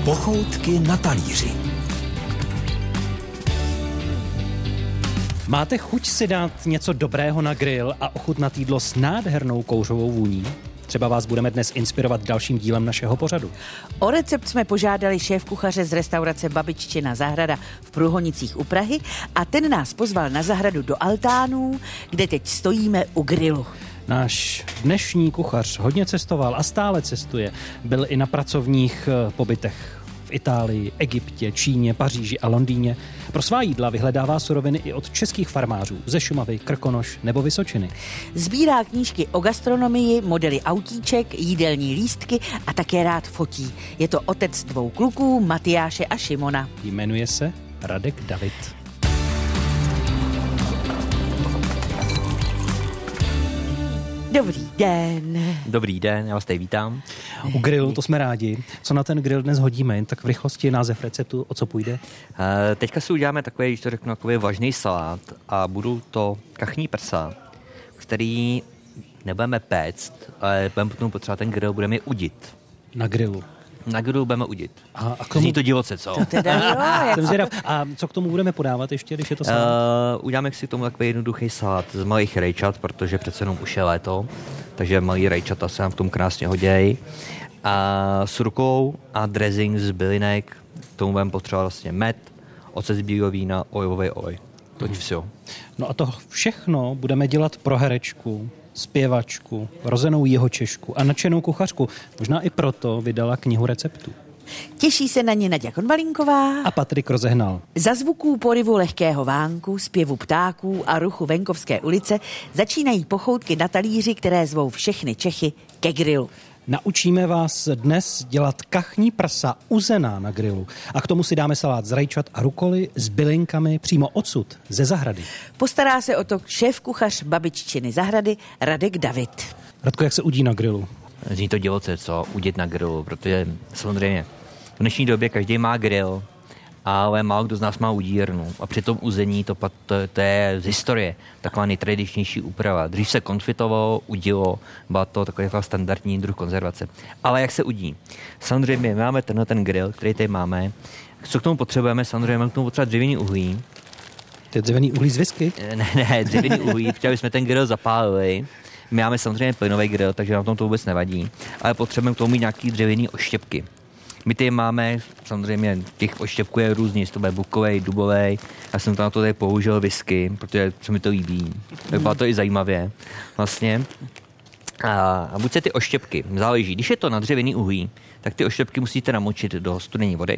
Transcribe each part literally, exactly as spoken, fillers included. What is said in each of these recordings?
Pochoutky na talíři. Máte chuť si dát něco dobrého na grill a ochutnat jídlo s nádhernou kouřovou vůní? Třeba vás budeme dnes inspirovat dalším dílem našeho pořadu. O recept jsme požádali šéfkuchaře z restaurace Babiččina zahrada v Průhonicích u Prahy a ten nás pozval na zahradu do altánů, kde teď stojíme u grilu. Náš dnešní kuchař hodně cestoval a stále cestuje. Byl i na pracovních pobytech v Itálii, Egyptě, Číně, Paříži a Londýně. Pro svá jídla vyhledává suroviny i od českých farmářů ze Šumavy, Krkonoš nebo Vysočiny. Sbírá knížky o gastronomii, modely autíček, jídelní lístky a také rád fotí. Je to otec dvou kluků, Matyáše a Šimona. Jmenuje se Radek David. Dobrý den. Dobrý den, já vás tady vítám. U grilu, to jsme rádi. Co na ten grill dnes hodíme? Jen tak v rychlosti název receptu, o co půjde? Uh, teďka si uděláme takový, když to řeknu, takový vážný salát a budou to kachní prsa, který nebudeme péct, ale budeme potom potřebovat ten grill, budeme je udit. Na grilu. Na grilu budeme udit. A, a k tomu... Zní to divoce, co? To teda jo, Jsem zvědav. A co k tomu budeme podávat ještě, když je to salát? Uh, uděláme si k tomu takový jednoduchý salát z malých rajčat, protože přece jenom už je léto, takže malý rajčata se nám v tom krásně hodějí. A s rukou a dressing z bylinek, k tomu budeme potřebovat vlastně med, ocet z bílého vína, olivový olej. To je vše. No a to všechno budeme dělat pro herečku, zpěvačku, rozenou jihočešku a nadšenou kuchařku. Možná i proto vydala knihu receptů. Těší se na ně Naďa Konvalinková a Patrik Rozehnal. Za zvuků poryvu lehkého vánku, zpěvu ptáků a ruchu venkovské ulice začínají pochoutky na talíři, které zvou všechny Čechy ke grilu. Naučíme vás dnes dělat kachní prsa uzená na grilu. A k tomu si dáme salát z rajčat a rukoly s bylinkami přímo odsud, ze zahrady. Postará se o to šéfkuchař Babiččiny zahrady Radek David. Radko, jak se udí na grilu? Zní to divoce, co? Udit na grilu, protože samozřejmě v dnešní době každý má grill, ale málo kdo z nás má udírnu. A při tom uzení to, to, to je z historie taková nejtradičnější úprava. Dřív se konfitovalo, udilo, byla to taková standardní druh konzervace. Ale jak se udí? Samozřejmě máme tenhle ten grill, který tady máme. Co k tomu potřebujeme? Samozřejmě máme k tomu potřebovat dřevěný uhlí. Ty dřevěný uhlí z whisky? Ne, ne, dřevěný uhlí, protože jsme ten grill zapálili. My máme samozřejmě plynový grill, takže nám to vůbec nevadí. Ale potřebujeme k tomu mít nějaký dřevěný oštěpky. My ty máme, samozřejmě těch oštěpků je různý, jestli to bude bukovej, dubovej. Já jsem tam na to tady použil whisky, protože se mi to líbí. Vypadá to i zajímavě vlastně. A, a buď se ty oštěpky, záleží, když je to na dřevěný uhlí, tak ty oštěpky musíte namočit do studené vody.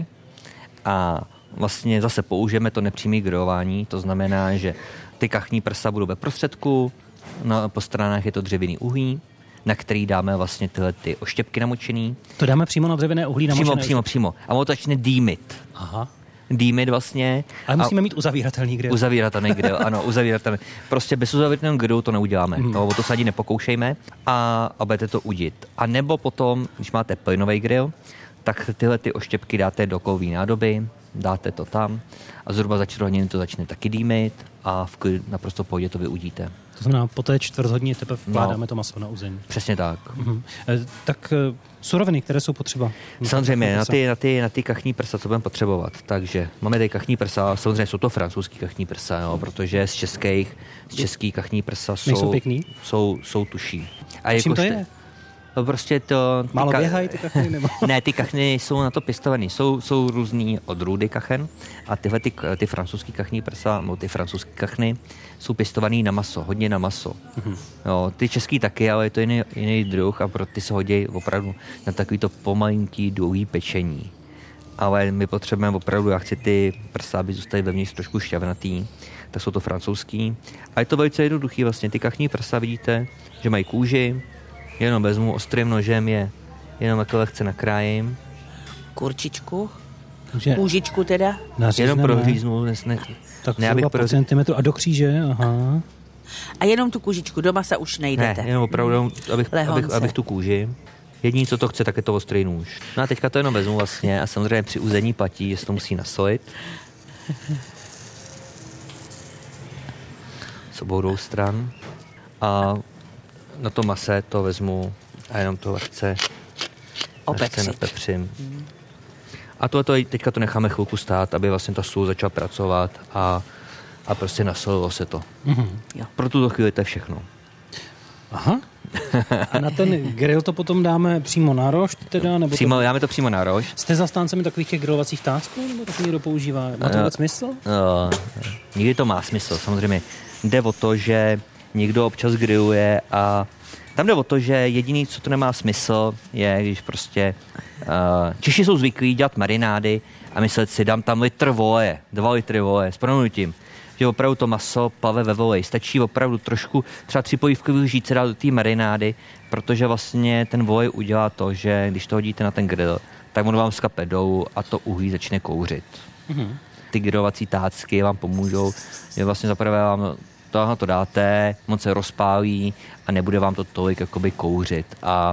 A vlastně zase použijeme to nepřímé grilování, to znamená, že ty kachní prsa budou ve prostředku, na, po stranách je to dřevěný uhlí, na který dáme vlastně tyhle ty oštěpky namočený. To dáme přímo na dřevěné uhlí namočené? Přímo, přímo, přímo. A ono to začne dýmit. Aha. Dýmit vlastně. Ale musíme mít uzavíratelný grill. Uzavíratelný grill, ano, uzavíratelný. Prostě bez uzavíratelného grillu to neuděláme. Mm. To, o to se ani nepokoušejme a, a budete to udit. A nebo potom, když máte plynový grill, tak tyhle ty oštěpky dáte do kovové nádoby, dáte to tam a zhruba za čtvrt hodiny to začne taky dýmit a v klid, naprosto v pohodě to vyudíte. To znamená, po té čtvrt hodině teprve vkládáme no, to maso na uzení. Přesně tak. Mhm. E, tak e, suroviny, které jsou potřeba? Samozřejmě, na ty, na, ty, na ty kachní prsa, co budeme potřebovat. Takže máme tady kachní prsa, samozřejmě jsou to francouzský kachní prsa, jo, protože z českých, z českých kachní prsa jsou, nejsou pěkný? Jsou, jsou tuší. A čím to je? No prostě to... Ty Málo ka- běhají ty kachny? Nebo? Ne, ty kachny jsou na to pěstovaný. Jsou, jsou různý odrůdy kachen a tyhle ty, ty francouzský kachní prsa, nebo ty francouzský kachny jsou pěstovaný na maso, hodně na maso. Mm-hmm. Jo, ty český taky, ale je to jiný, jiný druh a pro ty se hodí opravdu na takový to pomalinký, dlouhý pečení. Ale my potřebujeme opravdu, já chci ty prsa, aby zůstaly vevnitř trošku šťavnatý, tak jsou to francouzský. A je to velice jednoduchý vlastně. Ty kachní prsa vidíte, že mají kůži, jenom vezmu ostrým nožem je, jenom takhle lehce nakrájím. Kurčičku, Takže kůžičku teda. Jenom prohříznu. Ne, tak ne, zhruba po centimetru a do kříže, aha. A jenom tu kůžičku, do masa už nejdete. Ne, jenom opravdu, abych, abych, abych tu kůži. Jediný, co to chce, tak je to ostrý nůž. No a teďka to jenom vezmu vlastně a samozřejmě při uzení platí, že se to musí nasolit. S obou dvou stran. A na to mase to vezmu a jenom to lehce, lehce napepřím. A tohle teďka to necháme chvilku stát, aby vlastně ta sůl začala pracovat a, a prostě nasolilo se to. Mm-hmm. Pro tuto chvíli to je všechno. Aha. A na ten grill to potom dáme přímo na rošt teda? Nebo přímo, to... dáme to přímo na rošt. Jste zastáncemi takových těch grilovacích tácků? Nebo tak někdo používá? Má to vůbec uh, smysl? Uh, někdy to má smysl, samozřejmě. Jde o to, že někdo občas grilluje a tam jde o to, že jediný, co to nemá smysl, je, když prostě uh, Češi jsou zvyklí dělat marinády a myslet si, dám tam litr voleje, dva litry voleje, s prominutím, že opravdu to maso plave ve voleji. Stačí opravdu trošku, třeba tři polívkové lžíce dát do té marinády, protože vlastně ten volej udělá to, že když to hodíte na ten grill, tak on vám skape dolů a to uhlí začne kouřit. Mm-hmm. Ty grillovací tácky vám pomůžou, že vlastně zaprvé vám to, na to dáte, moc se rozpálí a nebude vám to tolik jakoby kouřit. A,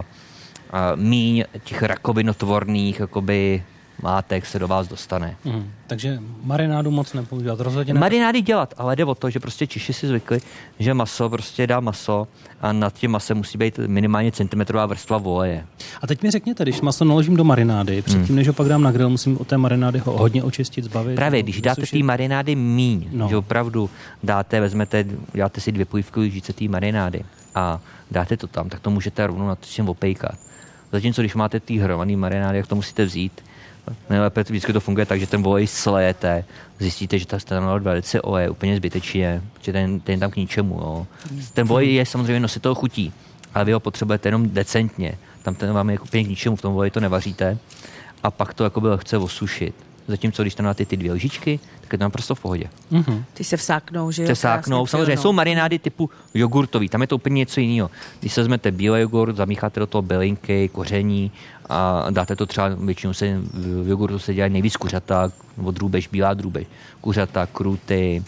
a míň těch rakovinotvorných jakoby látek se do vás dostane. Mm, takže marinádu moc nepoužívat, rozhodně ne. Marinády dělat, ale jde o to, že prostě Češi si zvykli, že maso prostě dá maso a nad tím masem musí být minimálně centimetrová vrstva voleje. A teď mi řekněte, když maso naložím do marinády, předtím, hmm. než ho pak dám na grill, musím od té marinády ho hodně očistit, zbavit. Právě, když dáte té marinády míň, no. že opravdu dáte, vezmete, dáte si dvě polívkové lžíce té marinády a dáte to tam, tak to můžete rovnou na tím opejkat. Zatímco, když máte ty hrovaný marinády, jak to musíte vzít, nejlépe vždycky to funguje tak, že ten volej slejete, zjistíte, že ta stanovala velice oleje, úplně zbytečně, že ten, ten tam k ničemu. Jo. Ten volej je samozřejmě nositel chutí, ale vy ho potřebujete jenom decentně. Tam ten vám je úplně k ničemu, v tom voleji to nevaříte a pak to jakoby lehce osušit. Zatímco, když tam dáte ty dvě lžičky, tak je to naprosto v pohodě. Mm-hmm. Ty se vsáknou, že jo? Se vsáknou, samozřejmě. Jsou marinády typu jogurtový, tam je to úplně něco jiného. Když se vezmete bílý jogurt, zamícháte do toho bylinky, koření a dáte to třeba, většinou se v jogurtu se dělají nejvíc kuřata, nebo drůbež, bílá drůbež, kuřata, kruty,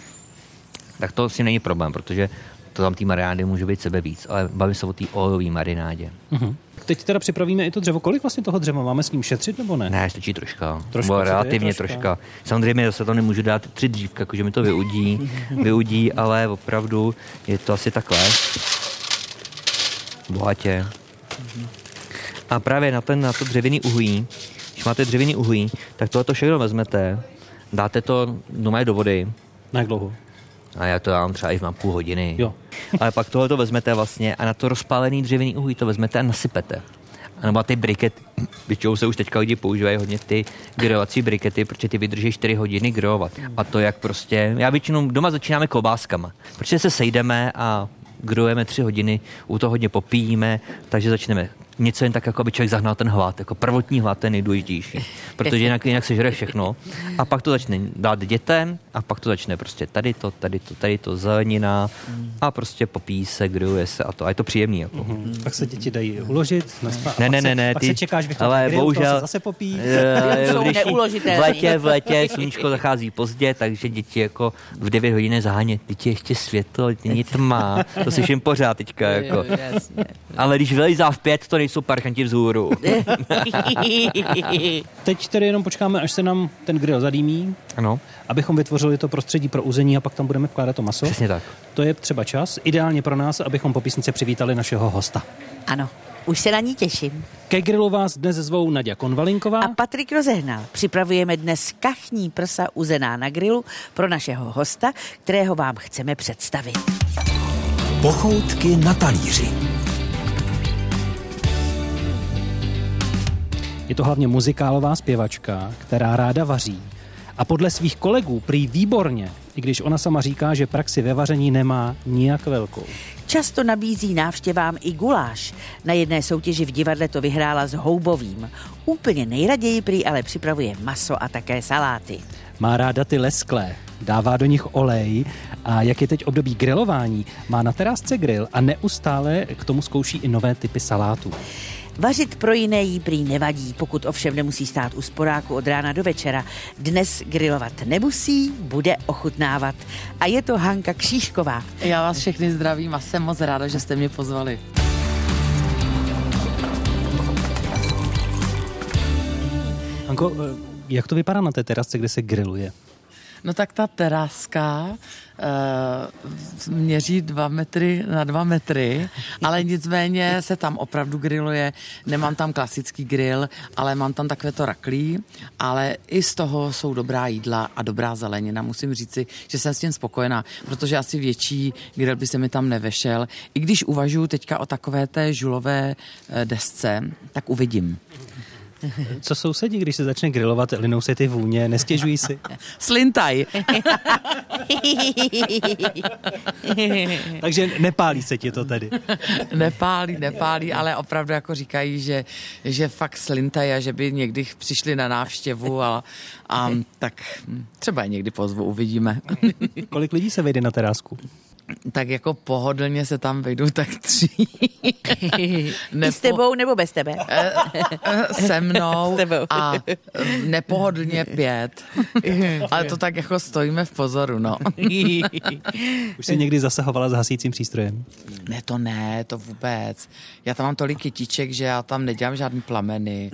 tak to si není problém, protože to tam ty marinády může být sebe víc, ale bavím se o té olejové marinádě. Mm-hmm. Teď teda připravíme i to dřevo. Kolik vlastně toho dřeva? Máme s ním šetřit nebo ne? Ne, stačí troška. Troška, relativně troška? troška. Samozřejmě zase to nemůžu dát tři dřívka, jakože mi to vyudí, vyudí, ale opravdu je to asi takhle. Bohatě. A právě na, ten, na to dřevěný uhlí, když máte dřevěný uhlí, tak tohle všechno vezmete, dáte to do vody. Na jak dlouho? A já to dám třeba i mám půl hodiny. Jo. Ale pak tohle to vezmete vlastně a na to rozpálený dřevěný uhlí to vezmete a nasypete. A nebo ty brikety, většinou se už teďka lidi používají hodně ty grilovací brikety, protože ty vydrží čtyři hodiny grilovat. A to jak prostě, já většinou doma začínáme klobáskama, protože se sejdeme a grillujeme tři hodiny, u toho hodně popíjíme, takže začneme něco jen tak, jako aby člověk zahnal ten hlad, jako prvotní hlad, ten nejdůležitější, protože jinak, jinak se žere všechno a pak to začne dát dětem a pak to začne prostě tady to, tady to, tady to, zelenina a prostě popíjí se, grilluje se a to a je to příjemný. Jako. Mm-hmm. Pak se děti dají uložit, naspa- ne, ne, ne, ne, pak ty, se čekáš, vychází ale grill, bohužel, se zase popíjí. Jsou neuložitelný. V letě, v letě sluníčko zachází pozdě, takže děti jako v devět hodin zaháně, děti ještě světlo, není tma, to slyším pořád teďka. Jako. Ale když vylejzá v pět, to nejsou parchanti vzhůru. Teď tedy jenom počkáme, až se nám ten grill zadýmí, ano. abychom vytvořili to prostředí pro uzení a pak tam budeme vkládat to maso. Přesně tak. To je třeba čas, ideálně pro nás, abychom po písnice přivítali našeho hosta. Ano, už se na ní těším. Ke grilu vás dnes zvou Naďa Konvalinková A Patrik Rozehnal. Připravujeme dnes kachní prsa uzená na grilu pro našeho hosta, kterého vám chceme představit. Pochoutky na talíři. Je to hlavně muzikálová zpěvačka, která ráda vaří. A podle svých kolegů prý výborně, i když ona sama říká, že praxi ve vaření nemá nijak velkou. Často nabízí návštěvám i guláš. Na jedné soutěži v divadle to vyhrála s houbovým. Úplně nejraději prý ale připravuje maso a také saláty. Má ráda ty lesklé, dává do nich olej a jak je teď období grilování, má na terásce grill a neustále k tomu zkouší i nové typy salátů. Vařit pro jiné jí prý nevadí, pokud ovšem nemusí stát u sporáku od rána do večera. Dnes grilovat nemusí, bude ochutnávat. A je to Hanka Křížková. Já vás všechny zdravím a jsem moc ráda, že jste mě pozvali. Hanko, jak to vypadá na té terasce, kde se grilluje? No tak ta teráska uh, měří dva metry na dva metry, ale nicméně se tam opravdu grilluje. Nemám tam klasický grill, ale mám tam takové to raklí, ale i z toho jsou dobrá jídla a dobrá zelenina. Musím říci, že jsem s tím spokojená, protože asi větší grill by se mi tam nevešel. I když uvažuji teďka o takové té žulové desce, tak uvidím. Co sousedí, když se začne grilovat, linou se ty vůně, nestěžují si? Slintaj. Takže nepálí se ti to tedy? Nepálí, nepálí, ale opravdu jako říkají, že, že fakt slintaj a že by někdy přišli na návštěvu a, a tak třeba je někdy pozvu, uvidíme. Kolik lidí se vejde na terásku? Tak jako pohodlně se tam vejdou tak tři. Nepo... S tebou nebo bez tebe? Se mnou a nepohodlně pět. Ale to tak jako stojíme v pozoru, no. Už jsi někdy zasahovala s hasícím přístrojem? Ne, to ne, to vůbec. Já tam mám tolik kytiček, že já tam nedělám žádný plameny.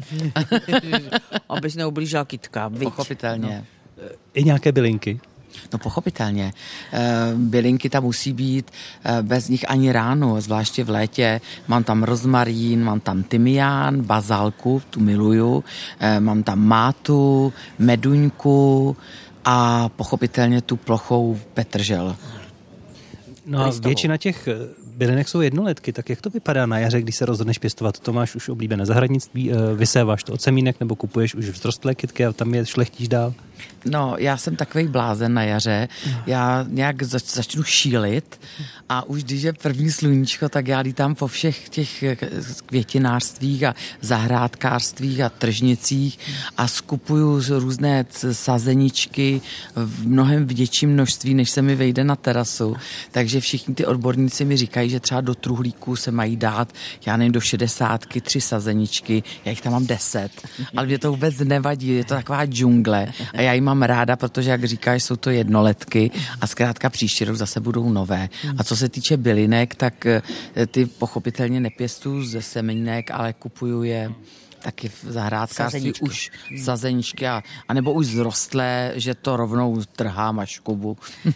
Abys neublížila kytkám, viď? Pochopitelně. No. I nějaké bylinky? No pochopitelně. Bylinky tam musí být, bez nich ani ráno, zvláště v létě. Mám tam rozmarín, mám tam tymián, bazálku, tu miluju, mám tam mátu, meduňku a pochopitelně tu plochou petržel. No a většina těch bylinek jsou jednoletky, tak jak to vypadá na jaře, když se rozhodneš pěstovat? To máš už oblíbené zahradnictví, vyséváš to od semínek nebo kupuješ už vzrostlé kytky a tam je šlechtíš dál? No, já jsem takovej blázen na jaře. Já nějak zač- začnu šílit a už když je první sluníčko, tak já lítám po všech těch květinářstvích a zahrádkářstvích a tržnicích a skupuju různé sazeničky v mnohem větším množství, než se mi vejde na terasu. Takže všichni ty odborníci mi říkají, že třeba do truhlíku se mají dát, já nevím, do šedesátky, tři sazeničky, já jich tam mám deset. Ale mě to vůbec nevadí, je to taková džungle a já ji mám ráda, protože, jak říkáš, jsou to jednoletky a zkrátka příští rok zase budou nové. A co se týče bylinek, tak ty pochopitelně nepěstuju ze semenínek, ale kupuju je taky v zahrádkářství už sazeničky a, a nebo už zrostlé, že to rovnou trhám a škubu.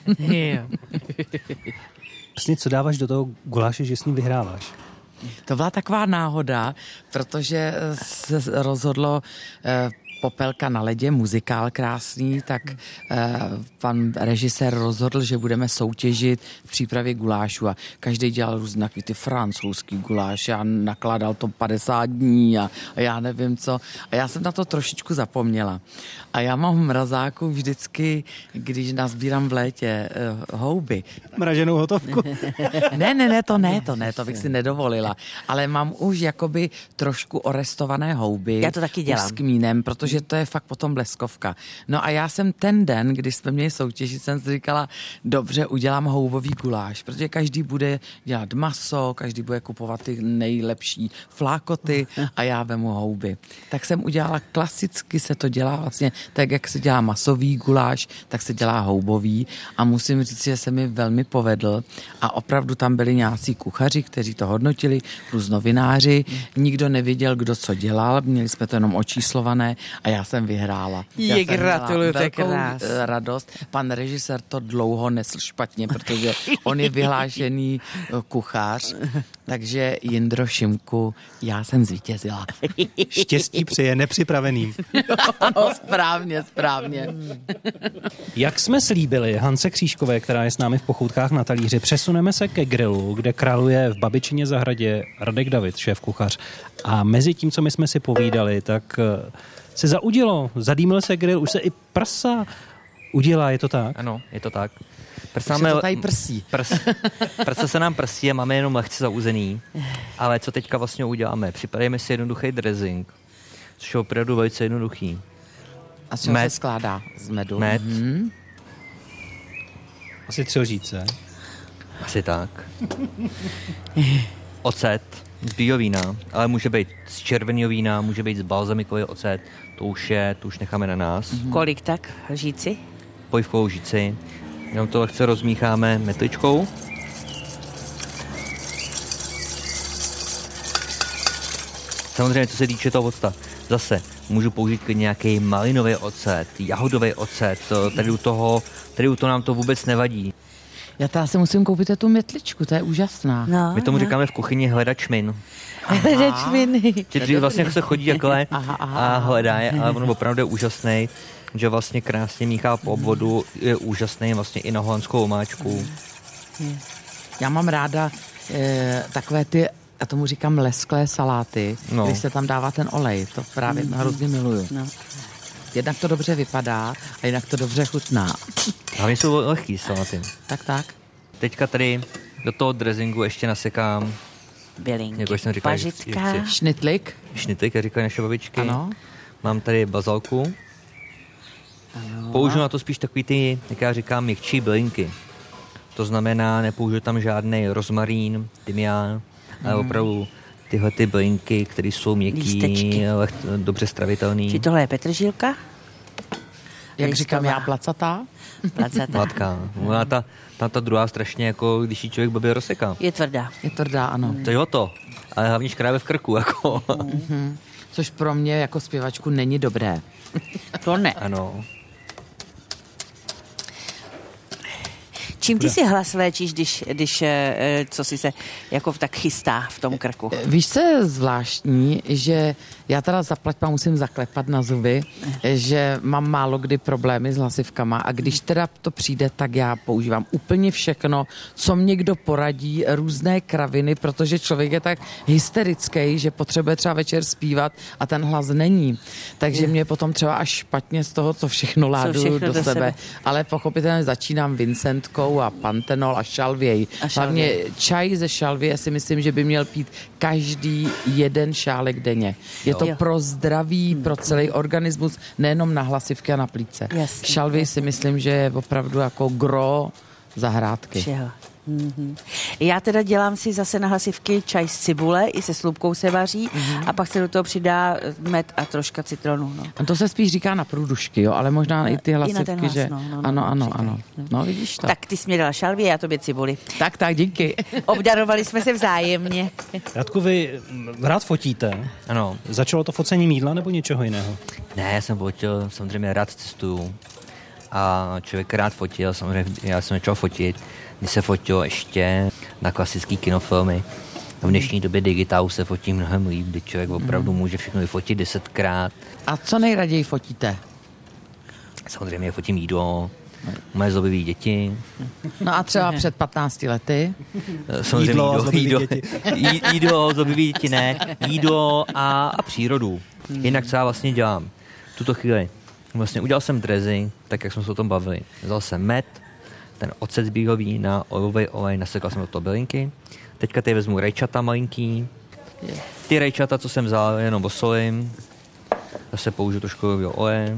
Vlastně, co dáváš do toho guláše, že s ním vyhráváš? To byla taková náhoda, protože se rozhodlo eh, Popelka na ledě, muzikál krásný, tak eh, pan režisér rozhodl, že budeme soutěžit v přípravě gulášu a každý dělal různé ty francouzský guláš a nakládal to padesát dní a, a já nevím co. A já jsem na to trošičku zapomněla. A já mám v mrazáku vždycky, když nazbírám v létě eh, houby. Mraženou hotovku? ne, ne, ne, to ne, to ne, to bych si nedovolila. Ale mám už jakoby trošku orestované houby. Já to taky dělám. S kmínem, protože to je fakt potom bleskovka. No a já jsem ten den, kdy jsme měli soutěžit, jsem si říkala, dobře, udělám houbový guláš, protože každý bude dělat maso, každý bude kupovat ty nejlepší flákoty a já vemu houby. Tak jsem udělala, klasicky se to dělá vlastně tak, jak se dělá masový guláš, tak se dělá houbový a musím říct, že se mi velmi povedl a opravdu tam byli nějací kuchaři, kteří to hodnotili, plus novináři, nikdo nevěděl, kdo co dělal, měli jsme to jenom očíslované a já jsem vyhrála. Já Je, gratuluju, to je velkou krás. radost. Pan režisér to dlouho nesl špatně, protože on je vyhlášený kuchař, takže Jindro Šimku, já jsem zvítězila. Štěstí přeje nepřipraveným. Ano, správně, správně. Jak jsme slíbili Hance Křížkové, která je s námi v Pochoutkách na talíři, přesuneme se ke grilu, kde králuje v Babičině zahradě Radek David, šéf kuchař. A mezi tím, co my jsme si povídali, tak se zaudilo, zadýmil se grill, už se i prsa udělá, je to tak? Ano, je to tak. Prsáme, to tady prsí. Prs, prsa se nám prsí a máme jenom lehce zauzený. Ale co teďka vlastně uděláme? Připravíme si jednoduchý dressing, což je opravdu velice jednoduchý. A z čeho se skládá? Z medu? Med. Mm-hmm. Asi tři lžíce. Asi tak. Ocet z bílého vína, ale může být z červeného vína, může být z balzamikový ocet, to už je, to už necháme na nás. Mm-hmm. Kolik tak lžíci? Polivkovou lžíci. Jenom to lehce rozmícháme metličkou. Samozřejmě, co se týče toho octa. Zase můžu použít nějaký malinový ocet, jahodový ocet, tady u toho, tady u toho nám to vůbec nevadí. Já teda si musím koupit tu metličku, to je úžasná. No, My tomu no. říkáme v kuchyni hledač min. Hledač miny. Že dřív vlastně se chodí takhle a hledá je, ale on opravdu je úžasný, že vlastně krásně míchá po obvodu, je úžasný vlastně i na holandskou omáčku. Já mám ráda e, takové ty, já tomu říkám lesklé saláty, No. když se tam dává ten olej, to právě mm. hrozně miluju. No. Jednak to dobře vypadá a jinak to dobře chutná. Hlavně jsou lehký saláty. Tak, tak. Teďka tady do toho dressingu ještě nasekám, Bylinky, jako jsem říkal, pažitka. že- že- Šnitlik. šnitlik, jak říkají naše babičky. Ano. Mám tady bazalku. Ano. Použiju na to spíš takový ty, jak já říkám, měkčí bylinky. To znamená, nepoužiju tam žádný rozmarín, tymián, ale opravdu tyhle ty bylinky, které jsou měkký, Lístečky. ale dobře stravitelný. Či tohle je petržílka? Jak Listová. říkám já, placatá. Placatá. Hladká. Ona ta, ta, ta druhá strašně, jako když ji člověk blbě rozseká. Je tvrdá. Je tvrdá, ano. To je o to. Ale hlavně škrábe v krku, jako. Což pro mě jako zpěvačku není dobré. To ne. Ano. Čím ty si hlas léčíš, když, když eh, co si se jako tak chystá v tom krku? Víš, co je zvláštní, že já teda zaplať pán musím zaklepat na zuby, že mám málo kdy problémy s hlasivkama a když teda to přijde, tak já používám úplně všechno, co mě kdo poradí, různé kraviny, protože člověk je tak hysterický, že potřebuje třeba večer zpívat a ten hlas není. Takže mě potom třeba až špatně z toho, co všechno láduju všechno do, do sebe. sebe. Ale pochopitelně začínám Vincentkou a Pantenol a šalvěj. A šalvěj. Hlavně čaj ze šalvěje si myslím, že by měl pít každý jeden šálek denně. Je to Jo. pro zdraví, pro celý organismus, nejenom na hlasivky a na plíce. Jasně, Šalvěj si myslím, že je opravdu jako gro zahrádky. Všeho. Mm-hmm. Já teda dělám si zase na hlasivky čaj z cibule, i se slupkou se vaří mm-hmm. a pak se do toho přidá med a troška citronu. No. A to se spíš říká na průdušky, jo, ale možná i ty I na hlasivky, ten hlas, že... no, no, no, ano, ano, říkají, ano. no. No, vidíš to. Tak ty jsi mě dala šalvě, já tobě cibuli. tak, tak, díky. Obdarovali jsme se vzájemně. Radku, vy mm, rád fotíte. Ano. Začalo to focením jídla nebo něčeho jiného? Ne, já jsem fotil, samozřejmě rád cestuju. A člověk rád fotil, samozřejmě já jsem začal fotit, když se fotilo ještě na klasický kinofilmy. V dnešní době digitálu se fotí mnohem líp, kdy člověk opravdu může všechno vyfotit desetkrát. A co nejraději fotíte? Samozřejmě fotím jídlo, moje zlobivý děti. No a třeba před patnácti lety? Samozřejmě Jídlo a jídlo, zlobivý jídlo, děti. jí, jídlo, zlobivý děti ne, jídlo a, a přírodu. Jinak co já vlastně dělám? V tuto chvíli vlastně udělal jsem dressing, tak jak jsme se o tom bavili. Vzal jsem med, ten ocet z bílého vína, olivový olej, nasekal jsem do toho bylinky. Teďka tady vezmu rajčata malinký. Ty rajčata, co jsem vzal, jenom osolím. Zase použiju trošku olivového oleje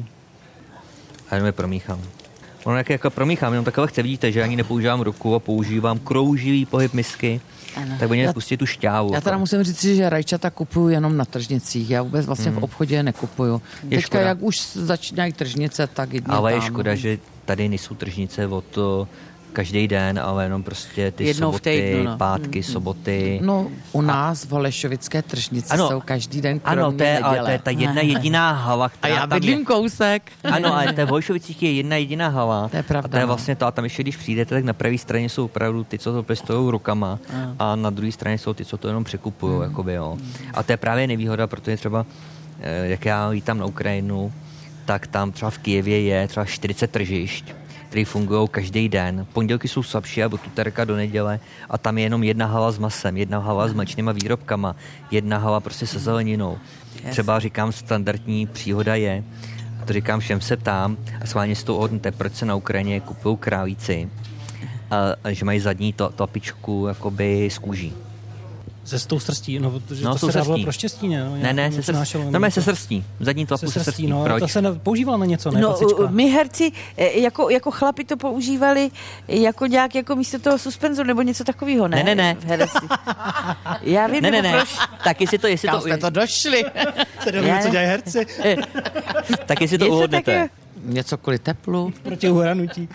a jenom je promíchám. Ono jak jako promíchám, jenom takhle chce, vidíte, že ani nepoužívám ruku a používám krouživý pohyb misky, Ano. tak oni Já- pustí tu šťávu. Já teda jako. musím říct, že rajčata kupuju jenom na tržnicích. Já vůbec vlastně v obchodě je nekupuju. Teďka, škoda. jak už začínají tržnice, tak jedně Ale je tam. škoda, že tady nejsou tržnice od to každý den, ale jenom prostě ty Jednou v soboty, týdnu, no. pátky, soboty. No, u nás v Holešovické tržnici Ano. jsou každý den kromě Ano, to je, ale neděle. to je ta jedna jediná hala, A která já tam bydlím je. kousek. Ano, ale to je v Holešovicích je jedna jediná hala. To je pravda, A to je no. vlastně to, a tam ještě, když přijdete, tak na pravé straně jsou opravdu ty, co to pěstují rukama, a na druhé straně jsou ty, co to jenom překupují, Mm. jakoby, jo. A to je právě nevýhoda, protože třeba, eh, jak já lítám na Ukrajinu, tak tam třeba v Kyjevě je třeba čtyřicet tržišť, které fungují každý den. Pondělky jsou slabší, nebo tuterka do neděle, a tam je jenom jedna hala s masem, jedna hala s mléčnýma výrobkama, jedna hala prostě se zeleninou. Třeba říkám, standardní příhoda je, a to říkám všem, se ptám, a schválně s tou ohodnete, proč se na Ukrajině kupují králíci, a, a že mají zadní to, topičku jakoby z kůží. Se s tou srstí, no, protože No, to jsou se dávalo srstí. pro štěstí, ne? No, Ne, nějak ne, to se přinášelo, srstí. nebo No, se to- srstí. Zadní Se tlapku se srstí, srstí. no, Proč? to se ne- používal na něco, ne, No, Pacička? my herci eh, jako, jako chlapi to používali jako nějak jako místo toho suspenzu nebo něco takového, ne? Ne, ne, ne. V herectví. Já vím, Ne, ne, nebo ne. proč. Tak jestli to, jestli Kam to, jste to došli? Se neví, Já- co dělají herci tak jestli to Něco uhodnete. takového. Něco kvůli teplu. proti uhranutí.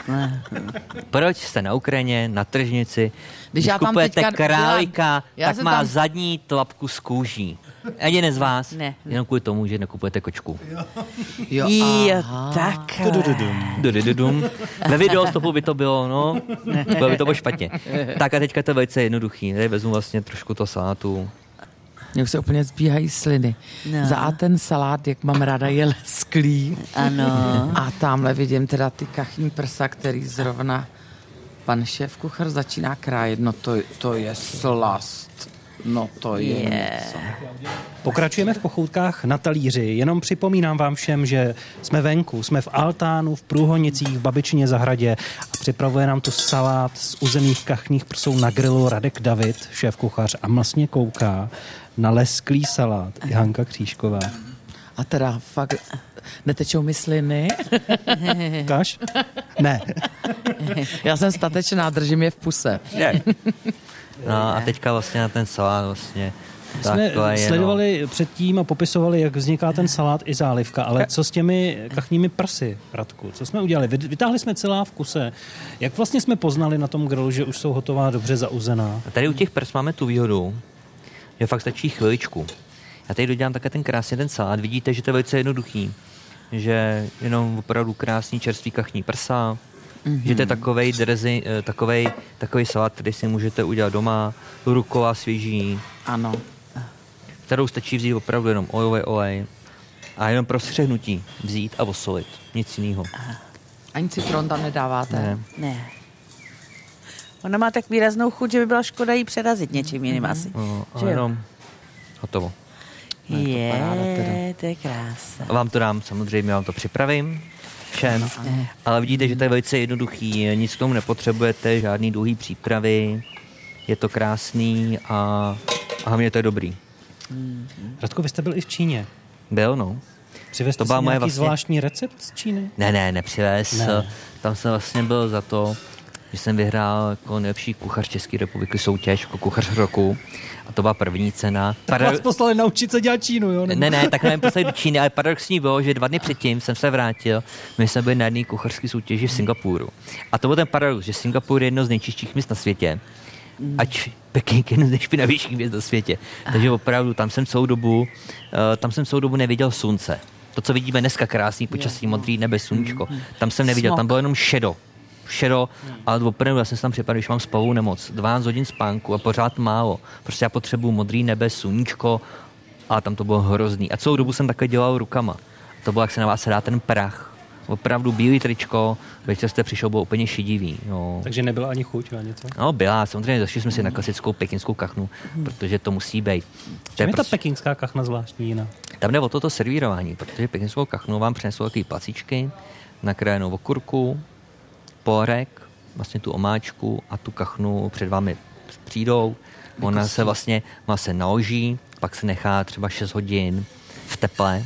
Proč jste na Ukrajině, na tržnici, Když když já tam kupujete teďka králíka, dělám- já tak se má tam- zadní tlapku z kůží. Ani jeden z vás. Ne. Jenom kvůli tomu, že nekupujete kočku. Jo, Jo, aha. tak. Dudududum. Ve videostopu by to bylo, no, bylo by to bylo špatně. Tak a teďka je to velice jednoduchý. Tady vezmu vlastně trošku to salátu. Mně už se úplně zbíhají sliny. No. Za A ten salát, jak mám ráda, je lesklý. Ano. A tamhle vidím teda ty kachní prsa, který zrovna pan šéf kuchař začíná krájet. No to, to je slast. No to je Je. něco. Pokračujeme v pochoutkách na talíři. Jenom připomínám vám všem, že jsme venku, jsme v altánu, v Průhonicích, v Babičině zahradě a připravuje nám tu salát z uzených kachních prsou na grilu Radek David, šéf kuchař, a mlsně kouká na lesklý salát i Hanka Křížková. A teda fakt netečou mi sliny. Kaš? Ne. Já jsem statečná, držím je v puse. Ne. No a teďka vlastně na ten salát vlastně Jsme takhle je, sledovali předtím a popisovali, jak vzniká ten salát i zálivka, ale co s těmi kachními prsy, Radku? Co jsme udělali? Vytáhli jsme celá v kuse. Jak vlastně jsme poznali na tom grilu, že už jsou hotová, dobře zauzená? A tady u těch prs máme tu výhodu, že fakt stačí chviličku. Já tady dodělám také ten krásně ten salát. Vidíte, že to je velice jednoduchý. Že jenom opravdu krásný čerstvý kachní prsa, mm-hmm. že to je takovej, drezi, takovej, takovej salát, který si můžete udělat doma, rukou a svěží. Ano. Kterou stačí vzít opravdu jenom olivový olej a jenom pro střehnutí vzít a osolit. Nic jiného. Ani citron tam nedáváte? Ne. Ne. Ona má tak výraznou chuť, že by byla škoda jí přerazit něčím jiným asi. No, a Že jo? jenom hotovo. Je, paráda teda. to je krása. A vám to dám, samozřejmě vám to připravím všem, ale vidíte, že to je velice jednoduchý, nic k tomu nepotřebujete, žádný dlouhý přípravy, je to krásný a, a hlavně to je dobrý. Radko, vy jste byl i v Číně. Byl, no. Přivez To jste byla si moje nějaký vlastně- zvláštní recept z Číny? Ne, ne, nepřivez. Ne. Tam jsem vlastně byl za to, že jsem vyhrál jako nejlepší kuchař České republiky soutěž, jako kuchař roku. A to byla první cena. Tak vás poslali naučit se dělat Čínu, jo? Ne, ne, tak nevím poslali do Číny, ale paradoxní bylo, že dva dny předtím jsem se vrátil, my jsme byli na jedné kuchařské soutěži v Singapuru. A to byl ten paradox, že Singapur je jedno z nejčistších míst na světě. Ať Peking je jedno z nejšpinavějších míst na světě. Takže opravdu tam jsem celou dobu, uh, tam jsem celou dobu neviděl slunce. To, co vidíme dneska, krásný počasí, modrý nebe, sluníčko. Tam jsem neviděl, tam bylo jenom šedo. Šedo, ale opravdu já jsem se tam připadal, když mám spavou nemoc. dvanáct hodin spánku a pořád málo. Prostě já potřebuju modrý nebe, sluníčko a tam to bylo hrozný. A celou dobu jsem takhle dělal rukama. To bylo, jak se na vás dá ten prach. Opravdu bílý tričko, večer jste přišel, bylo úplně šedivý. No. Takže nebyla ani chuť na něco? No byla, samozřejmě zašli jsme si na klasickou pekingskou kachnu, protože to musí být. Čím je ta pekingská kachna zvláštní jiná? Tam jde o toto servírování, protože pekingskou kachnu vám přinesou takové placíčky, nakrájenou okurku, porek, vlastně tu omáčku a tu kachnu před vámi přijdou. Ona se vlastně, ona se naloží, pak se nechá třeba šest hodin v teple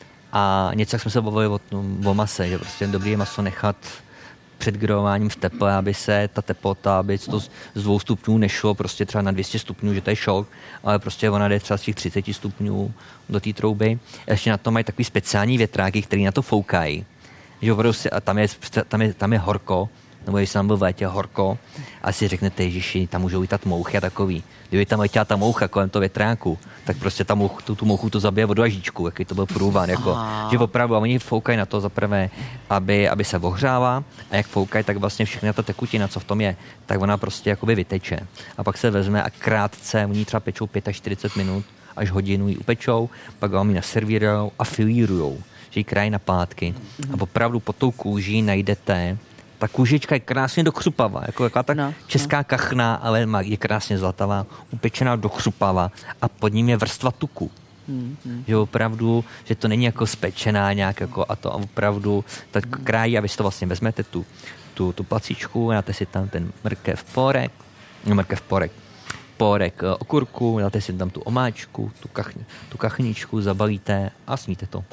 a něco, jak jsme se bavili o, o mase, že prostě dobrý maso nechat před grilováním v teple, aby se ta teplota, aby to z dvou stupňů nešlo prostě třeba na dvě stě stupňů, že to je šok, ale prostě ona jde třeba z těch třicet stupňů do té trouby. Ještě na to mají takový speciální větráky, který na to foukají. Že opravdu si, a tam je, tam, je, tam je horko, nebo když jsem byl v létě horko, a si řeknete, ježiši, tam můžou lítat mouchy a takový. Kdyby tam letěla ta moucha kolem toho větráku, tak prostě ta mouch, tu, tu mouchu to zabije vodu a žíčku, jaký to byl průvan. Jako, že opravdu, a oni foukají na to zaprvé, aby, aby se ohřála, a jak foukají, tak vlastně všechna ta tekutina, co v tom je, tak ona prostě jakoby vyteče. A pak se vezme a krátce, oni třeba pečou čtyřicet pět minut, až hodinu ji upečou, pak vám ji naservírujou a filírujou, že ji krají na plátky. A opravdu pod tou kůží najdete, ta kůžička je krásně dokřupavá, jako jaká ta No, česká kachna, ale je krásně zlatavá, upečená dokřupavá a pod ním je vrstva tuku. Hmm, hmm. Že opravdu, že to není jako spečená nějak jako a to a opravdu tak krájí a vy si to vlastně vezmete tu, tu, tu placíčku, dáte si tam ten mrkev porek, no mrkev porek, porek okurku, dáte si tam tu omáčku, tu, kachni, tu kachničku, zabalíte a sníte to.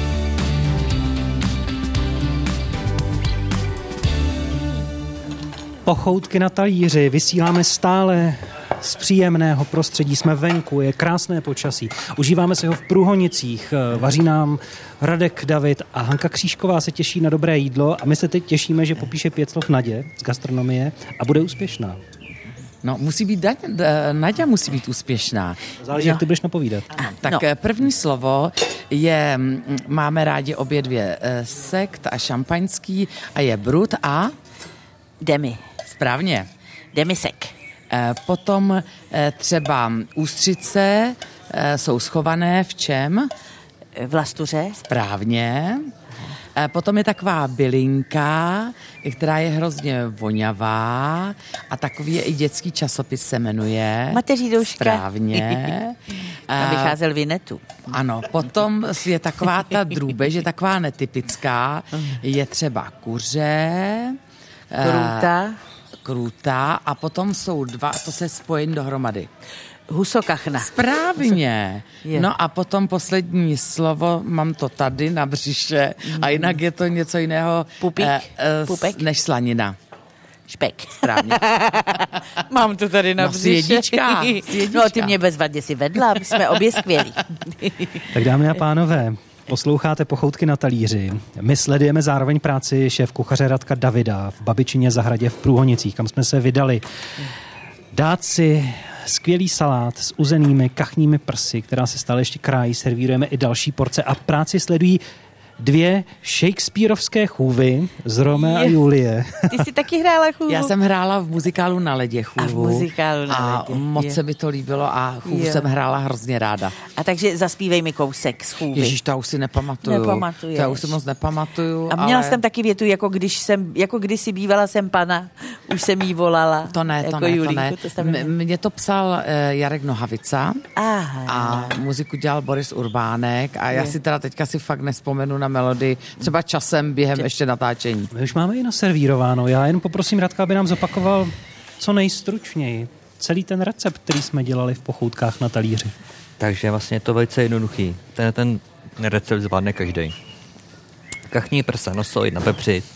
Pochoutky na talíři vysíláme stále z příjemného prostředí. Jsme venku, je krásné počasí. Užíváme si ho v Průhonicích. Vaří nám Radek David a Hanka Křížková se těší na dobré jídlo a my se teď těšíme, že popíše pět slov Nadě z gastronomie a bude úspěšná. No, musí být, Naďa musí být úspěšná. Záleží, no. jak ty budeš napovídat. Tak No. první slovo je, máme rádi obě dvě, sekt a šampaňský a je brut a? Demi. Správně. Demisek. Potom třeba ústřice jsou schované v čem? V lastuře. Správně. Potom je taková bylinka, která je hrozně vonavá a takový je i dětský časopis se jmenuje. Mateří douška. Správně. A vycházel v Inetu. Ano, potom je taková ta drůbež, je taková netypická, je třeba kuře, Krůta. Krůta a potom jsou dva, to se spojí dohromady. Husokachna. Správně. Je. No a potom poslední slovo, mám to tady na břiše a jinak je to něco jiného Pupík? eh, eh, Pupek? než slanina. Špek. Správně. Mám to tady na No, břiše. svědička, svědička. No, ty mě bezvadně si vedla, my jsme obě skvělí. Tak dámy a pánové, posloucháte Pochoutky na talíři. My sledujeme zároveň práci šéfkuchaře Radka Davida v Babičině zahradě v Průhonicích, kam jsme se vydali dát si skvělý salát s uzenými kachními prsy, která se stále ještě krájí, servírujeme i další porce a práci sledují dvě shakespearovské chůvy z Romea a Julie. Ty jsi taky hrála chůvu? Já jsem hrála v muzikálu Na ledě chůvu. A v muzikálu Na a ledě, moc je. se mi to líbilo a chůvu Je. jsem hrála hrozně ráda. A takže zaspívej mi kousek z chůvy. Ježíš, to já už si nepamatuju. Nepamatuješ. To já už si moc nepamatuju. A měla ale... jsem taky větu, jako když jsem, jako kdysi bývala jsem pana, už jsem jí volala. To ne, to jako ne, Julíku, to ne. To jsem M- Mně to psal uh, Jarek Nohavica Aha. a muziku dělal Boris Urbánek a já Je. si teda teďka si fakt nespomenu na melodii, třeba časem během ještě natáčení. My už máme i naservírováno. Já jen poprosím Radka, aby nám zopakoval co nejstručněji celý ten recept, který jsme dělali v Pochoutkách na talíři. Takže vlastně je to velice jednoduchý. Ten, ten recept zvládne každý. Kachní prsa nasolit, napepřit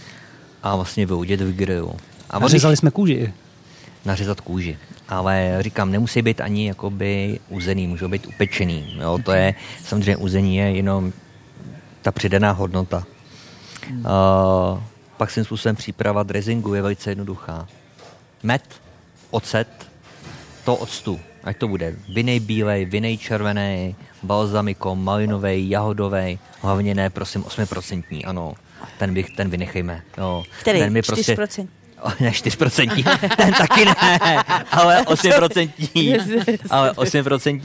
a vlastně vyudět v grilu. A Nařezali jsme kůži. Nařezat kůži. Ale říkám, nemusí být ani jakoby uzený, můžou být upečený. Jo, to je, samozřejmě uzení je jenom ta přidaná hodnota. Hmm. Uh, pak svým způsobem příprava dressingu je velice jednoduchá. Med, ocet, to octu. Ať to bude vinej bílej, vinej červený, balzamiko, malinovej, jahodovej, hlavně ne, prosím, osm procent, ano. Ten, bych, ten vynechejme. Jo. Který? Ten mi čtyři procenta? Prostě, ne, čtyři procenta, ten taky ne, ale osm procent, ale osm procent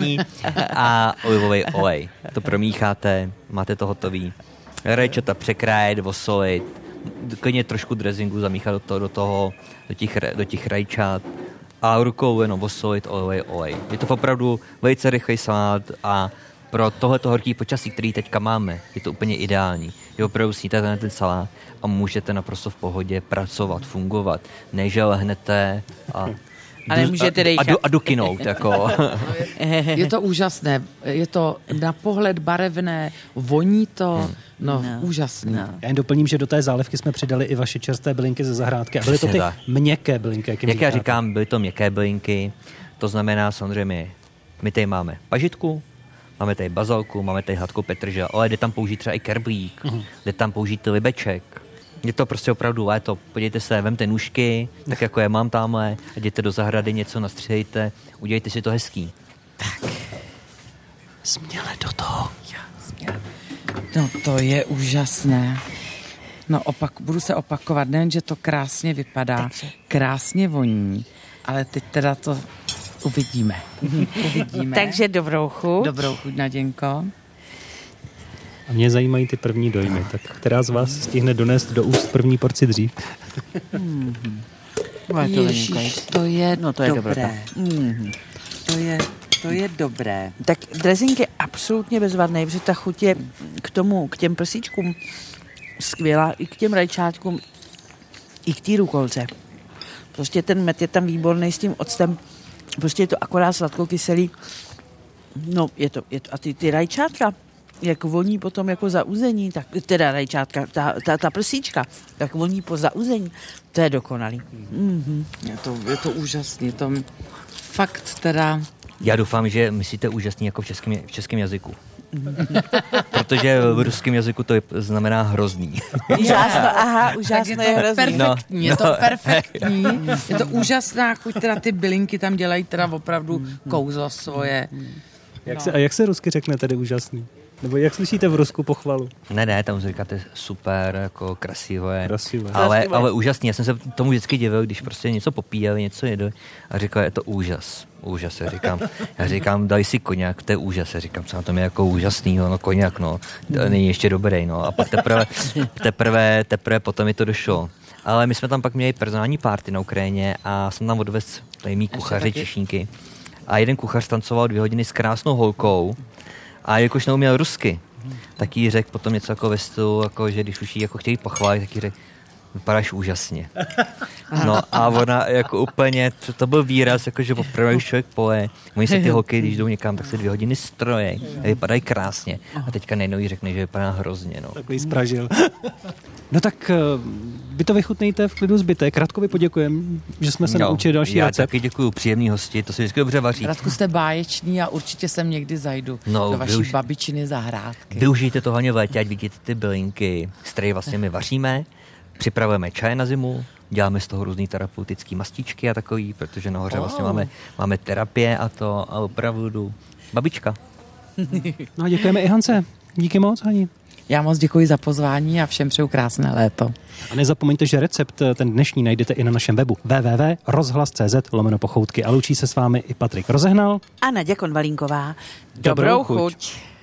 a olivový olej. To promícháte, máte to hotový. Rajčata překrájet, osolit, klidně trošku dressingu zamíchat do toho, do, toho, do, těch, do těch rajčat a rukou jenom osolit, olej, olej. Je to opravdu velice rychlý salát a pro tohleto horký počasí, který teďka máme, je to úplně ideální. Je opravdu sníte ten, ten salát a můžete naprosto v pohodě pracovat, fungovat. Ne, že lehnete a A nemůžete dejchat. A, a, a dukinout, jako. Je to úžasné, je to na pohled barevné, voní to, no, No. úžasný. No. Já jen doplním, že do té zálivky jsme přidali i vaše čerstvé bylinky ze zahrádky. A byly to ty Přesně tak. měkké bylinky, jak, jim Jak já říkáte. říkám, byly to měkké bylinky, to znamená samozřejmě, my tady máme pažitku, máme tady bazalku, máme tady hladkou petržel, ale jde tam použít třeba i kerblík, uh-huh. jde tam použít libeček. Je to prostě opravdu léto. Podívejte se, vemte nůžky, tak jako je mám tamhle, jděte do zahrady, něco nastřihejte, udělejte si to hezký. Směle do toho. No to je úžasné. No opak, budu se opakovat, nejen, že to krásně vypadá, Takže. krásně voní, ale teď teda to uvidíme. uvidíme. Takže dobrou chuť. Dobrou chuť, Naděnko. A mě zajímají ty první dojmy. Tak která z vás stihne donést do úst první porci dřív? Ježíš, to je, No, to je dobré. Mhm. To je, to je dobré. Tak dressing je absolutně bezvadný, protože ta chuť je k tomu, k těm prsíčkům skvělá, i k těm rajčátkům, i k té rukolce. Prostě ten med je tam výborný s tím octem, prostě je to akorát sladkokyselý. No, je to, je to a ty, ty rajčátka, jak voní potom jako zauzení, tak, teda rajčátka, ta, ta, ta prsíčka, tak voní po zauzení, to je dokonalý. Mm-hmm. Je to, je to úžasný, to fakt teda... Já doufám, že myslíte úžasný jako v českém, v českém jazyku. Protože v ruském jazyku to znamená hrozný. Úžasno, aha, Tak úžasno je je to hrozný. perfektní, No, je to no. perfektní. Je to úžasná chuť, teda ty bylinky tam dělají teda opravdu kouzlo svoje. Jak se, a jak se rusky řekne tedy úžasný? Nebo jak slyšíte v Rusku pochvalu? Ne, ne, tam říkáte super, jako krasivé. Krasivé. Ale, Krasivé. ale úžasný. Já jsem se tomu vždycky divil, když prostě něco popíjeli, něco jedli a říkal, je to úžas. Úžas, já říkám. Já říkám, daj si koněk, to je úžas. Já říkám, co na tom je jako úžasný, no koněk, no. To není ještě dobrý, no. A pak teprve, teprve, teprve potom mi to došlo. Ale my jsme tam pak měli personální party na Ukrajině a jsem tam odvez tady mý kuchaři, taky? češníky. A jeden kuchař tancoval dvě hodiny s krásnou holkou. A jakož neuměl rusky, tak jí řekl potom něco jako ve stylu, jako, že když už jí jako chtěli pochválit, tak jí řekl, vypadáš úžasně. No a ona jako úplně, to, to byl výraz, jako, že opravdu člověk poje. Oni se ty holky, když jdou někam, tak se dvě hodiny strojí a vypadají krásně. A teďka najednou jí řekne, že vypadá hrozně. No. Takový spražil. No tak vy to vychutnejte v klidu zbytek. Radkovi poděkujeme, že jsme se No, naučili další já recept. taky děkuju, příjemný hosti, to si vždycky dobře vaří. Radku, jste báječný a určitě sem někdy zajdu No, do vaší využ- babičiny zahrádky. Využijte to hlavně v létě, ať vidíte ty bylinky, z které vlastně my vaříme, připravujeme čaje na zimu, děláme z toho různý terapeutický mastičky a takový, protože nahoře vlastně máme, máme terapie a to a opravdu babička. No a děkujeme i Hance. Díky moc, Hani. Já moc děkuji za pozvání a všem přeju krásné léto. A nezapomeňte, že recept ten dnešní najdete i na našem webu w w w tečka rozhlas tečka c z lomeno pochoutky. A loučí se s vámi i Patrik Rozehnal. A Naďa Konvalínková. Dobrou Dobrou chuť. chuť.